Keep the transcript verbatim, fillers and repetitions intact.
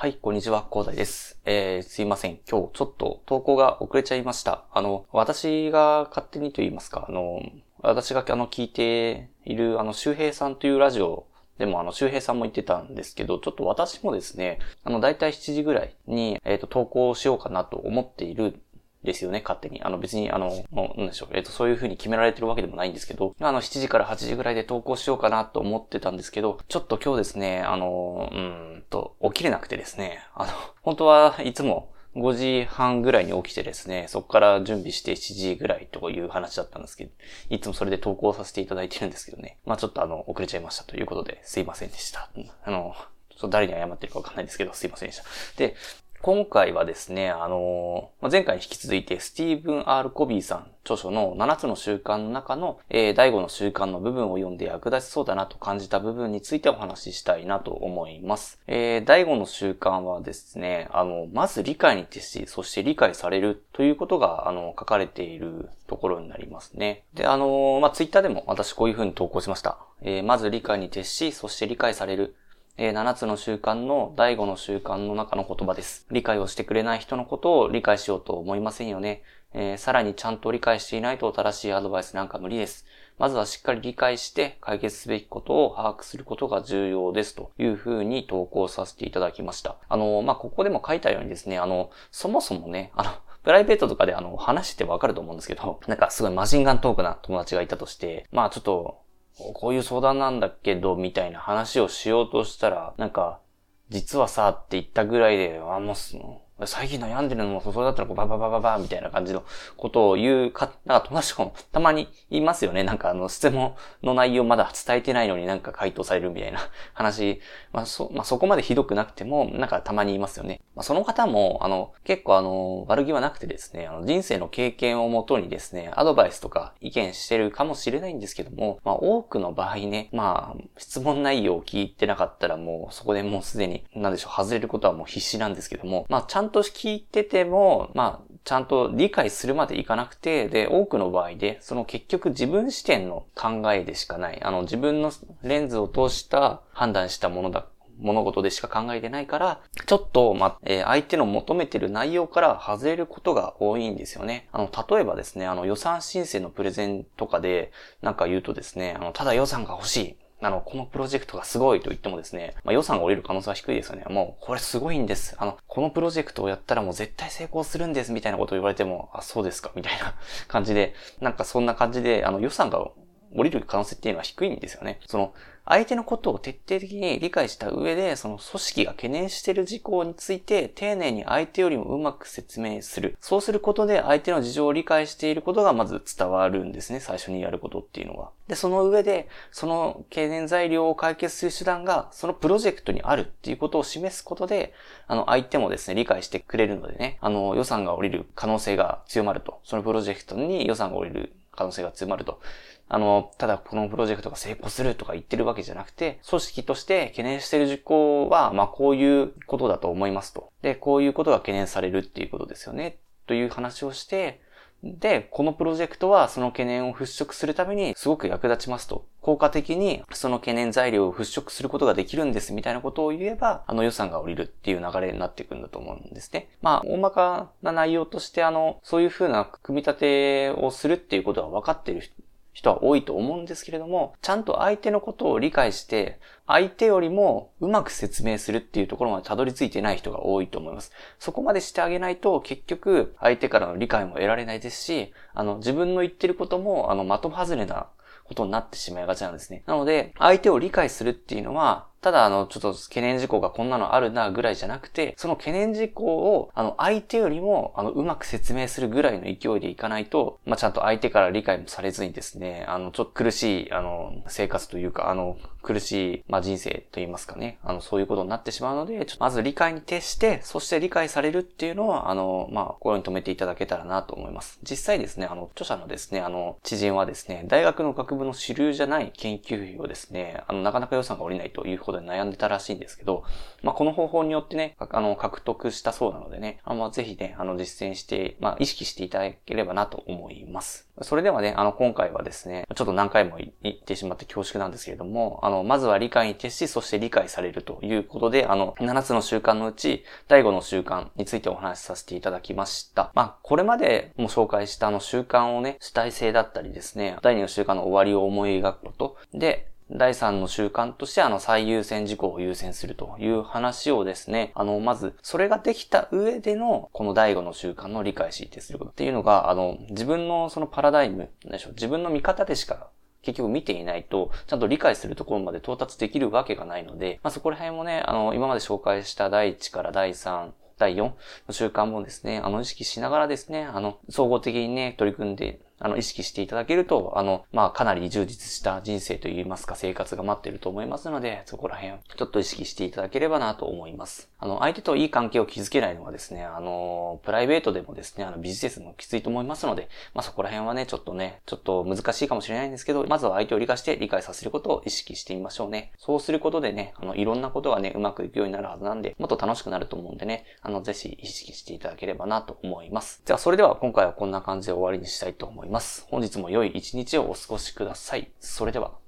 はい、こんにちは、広大です。えー、すいません。今日ちょっと投稿が遅れちゃいました。あの、私が勝手にと言いますか、あの、私があの聞いているあの周平さんというラジオでもあの周平さんも言ってたんですけど、ちょっと私もですね、あの、だいたいしちじぐらいに、えっと、投稿しようかなと思っているですよね、勝手に。あの別に、あの、なんでしょう、えっと、そういう風に決められてるわけでもないんですけど、あの、しちじからはちじぐらいで投稿しようかなと思ってたんですけど、ちょっと今日ですね、あの、うーんと、起きれなくてですね、あの、本当はいつもごじはんぐらいに起きてですね、そこから準備してしちじぐらいという話だったんですけど、いつもそれで投稿させていただいてるんですけどね、まあちょっとあの、遅れちゃいましたということで、すいませんでした。あの、ちょっと誰に謝ってるかわかんないですけど、すいませんでした。で、今回はですね、あの、前回に引き続いてスティーブン・アール・コビーさん著書のななつの習慣の中の、えー、だいごの習慣の部分を読んで役立ちそうだなと感じた部分についてお話ししたいなと思います。えー、だいごの習慣はですね、あの、まず理解に徹し、そして理解されるということが、あの、書かれているところになりますね。で、あの、まあ、ツイッターでも私こういうふうに投稿しました。えー、まず理解に徹し、そして理解される。えー、ななつの習慣のだいごの習慣の中の言葉です。理解をしてくれない人のことを理解しようと思いませんよね。えー、さらにちゃんと理解していないと正しいアドバイスなんか無理です。まずはしっかり理解して解決すべきことを把握することが重要ですというふうに投稿させていただきました。あの、まあ、ここでも書いたようにですね、あの、そもそもね、あの、プライベートとかであの、話してわかると思うんですけど、なんかすごいマシンガントークな友達がいたとして、まあちょっと、こういう相談なんだけど、みたいな話をしようとしたら、なんか、実はさ、って言ったぐらいで、あ、もうす、最近悩んでるのもそれだったらこうバババババみたいな感じのことを言うか、なんか友達とかもたまに言いますよね。なんかあの質問の内容まだ伝えてないのになんか回答されるみたいな話。まあそ、まあそこまでひどくなくても、なんかたまに言いますよね。まあその方も、あの、結構あの、悪気はなくてですね、あの人生の経験をもとにですね、アドバイスとか意見してるかもしれないんですけども、まあ多くの場合ね、まあ質問内容を聞いてなかったらもうそこでもうすでに、なんでしょう、外れることはもう必死なんですけども、まあちゃんとちゃんと聞いてても、まあ、ちゃんと理解するまでいかなくて、で、多くの場合で、その結局自分視点の考えでしかない、あの、自分のレンズを通した判断したものだ、物事でしか考えてないから、ちょっと、ま、えー、相手の求めてる内容から外れることが多いんですよね。あの、例えばですね、あの、予算申請のプレゼンとかで、なんか言うとですね、あの、ただ予算が欲しい。あの、このプロジェクトがすごいと言ってもですね、まあ、予算が降りる可能性は低いですよね。もう、これすごいんです。あの、このプロジェクトをやったらもう絶対成功するんです、みたいなことを言われても、あ、そうですか、みたいな感じで、なんかそんな感じで、あの、予算が降りる可能性っていうのは低いんですよね。その、相手のことを徹底的に理解した上で、その組織が懸念している事項について、丁寧に相手よりもうまく説明する。そうすることで、相手の事情を理解していることがまず伝わるんですね。最初にやることっていうのは。で、その上で、その懸念材料を解決する手段が、そのプロジェクトにあるっていうことを示すことで、あの、相手もですね、理解してくれるのでね、あの、予算が降りる可能性が強まると。そのプロジェクトに予算が降りる可能性が強まると。あの、ただこのプロジェクトが成功するとか言ってるわけじゃなくて、組織として懸念している事項は、まあこういうことだと思いますと。で、こういうことが懸念されるっていうことですよね。という話をして、で、このプロジェクトはその懸念を払拭するためにすごく役立ちますと。効果的にその懸念材料を払拭することができるんですみたいなことを言えば、あの予算が降りるっていう流れになっていくんだと思うんですね。まあ、大まかな内容としてあの、そういうふうな組み立てをするっていうことは分かっている人人は多いと思うんですけれども、ちゃんと相手のことを理解して、相手よりもうまく説明するっていうところまでたどり着いてない人が多いと思います。そこまでしてあげないと結局相手からの理解も得られないですし、あの自分の言ってることもあの的外れなことになってしまいがちなんですね。なので、相手を理解するっていうのは、ただあの、ちょっと懸念事項がこんなのあるなぐらいじゃなくて、その懸念事項を、あの、相手よりも、あの、うまく説明するぐらいの勢いでいかないと、まあ、ちゃんと相手から理解もされずにですね、あの、ちょっと苦しい、あの、生活というか、あの、苦しい、まあ、人生と言いますかね。あの、そういうことになってしまうので、ちょっとまず理解に徹して、そして理解されるっていうのは、あの、まあ、心に留めていただけたらなと思います。実際ですね、あの、著者のですね、あの、知人はですね、大学の学部の主流じゃない研究費をですね、あの、なかなか予算が下りないということで悩んでたらしいんですけど、まあ、この方法によってね、あの、獲得したそうなのでね、あの、ぜひね、あの、実践して、まあ、意識していただければなと思います。 それではね、あの、今回はですね、ちょっと何回も言ってしまって恐縮なんですけれども、あの、まずは理解に徹し、そして理解されるということで、あの、ななつの習慣のうち、だいごの習慣についてお話しさせていただきました。まあ、これまでも紹介したあの、習慣をね、主体性だったりですね、だいにの習慣の終わりを思い描くこと、で、だいさんの習慣としてあの最優先事項を優先するという話をですね、あの、まず、それができた上での、このだいごの習慣の理解し、徹することっていうのが、あの、自分のそのパラダイム、何でしょう、自分の見方でしか結局見ていないと、ちゃんと理解するところまで到達できるわけがないので、まあ、そこら辺もね、あの、今まで紹介しただいいちからだいさん、だいよんの習慣もですね、あの、意識しながらですね、あの、総合的にね、取り組んで、あの、意識していただけると、あの、まあ、かなり充実した人生といいますか、生活が待っていると思いますので、そこら辺、ちょっと意識していただければなと思います。あの、相手といい関係を築けないのはですね、あの、プライベートでもですね、あの、ビジネスもきついと思いますので、まあ、そこら辺はね、ちょっとね、ちょっと難しいかもしれないんですけど、まずは相手を理解して理解させることを意識してみましょうね。そうすることでね、あの、いろんなことがね、うまくいくようになるはずなんで、もっと楽しくなると思うんでね、あの、ぜひ意識していただければなと思います。じゃあ、それでは今回はこんな感じで終わりにしたいと思います。本日も良い一日をお過ごしください。それでは。